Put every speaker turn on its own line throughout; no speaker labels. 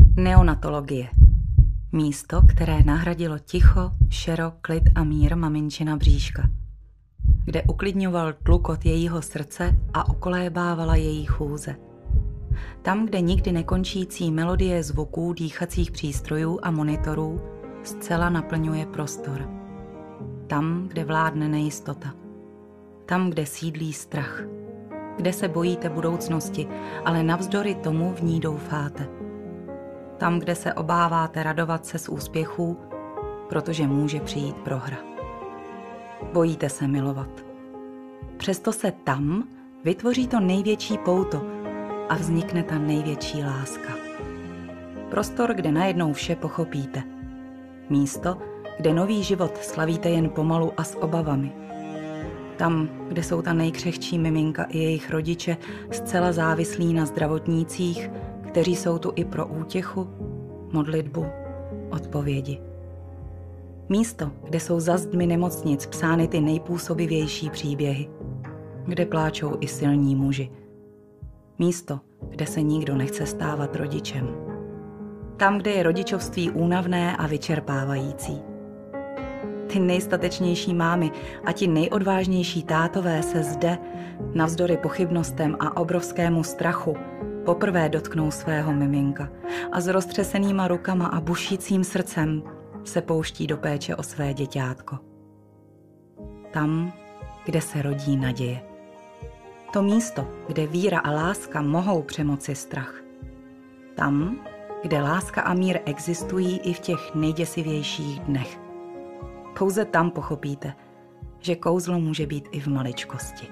Neonatologie. Místo, které nahradilo ticho, šero, klid a mír maminčina bříška. Kde uklidňoval tlukot jejího srdce a ukolébávala její chůze. Tam, kde nikdy nekončící melodie zvuků dýchacích přístrojů a monitorů zcela naplňuje prostor. Tam, kde vládne nejistota. Tam, kde sídlí strach. Kde se bojíte budoucnosti, ale navzdory tomu v ní doufáte. Tam, kde se obáváte radovat se z úspěchů, protože může přijít prohra. Bojíte se milovat. Přesto se tam vytvoří to největší pouto a vznikne ta největší láska. Prostor, kde najednou vše pochopíte. Místo, kde nový život slavíte jen pomalu a s obavami. Tam, kde jsou ta nejkřehčí miminka i jejich rodiče zcela závislí na zdravotnících, kteří jsou tu i pro útěchu, modlitbu, odpovědi. Místo, kde jsou za zdmi nemocnic psány ty nejpůsobivější příběhy, kde pláčou i silní muži. Místo, kde se nikdo nechce stávat rodičem. Tam, kde je rodičovství únavné a vyčerpávající. Ty nejstatečnější mámy a ti nejodvážnější tátové se zde, navzdory pochybnostem a obrovskému strachu, poprvé dotknou svého miminka a s roztřesenýma rukama a bušícím srdcem se pouští do péče o své děťátko. Tam, kde se rodí naděje. To místo, kde víra a láska mohou přemoci strach. Tam, kde láska a mír existují i v těch nejděsivějších dnech. Pouze tam pochopíte, že kouzlo může být i v maličkosti.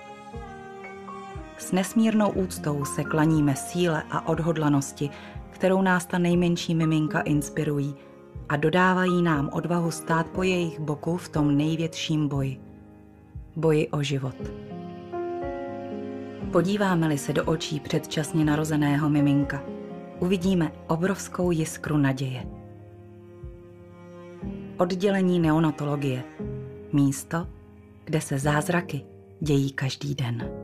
S nesmírnou úctou se klaníme síle a odhodlanosti, kterou nás ta nejmenší miminka inspirují a dodávají nám odvahu stát po jejich boku v tom největším boji. Boji o život. Podíváme-li se do očí předčasně narozeného miminka, uvidíme obrovskou jiskru naděje. Oddělení neonatologie. Místo, kde se zázraky dějí každý den.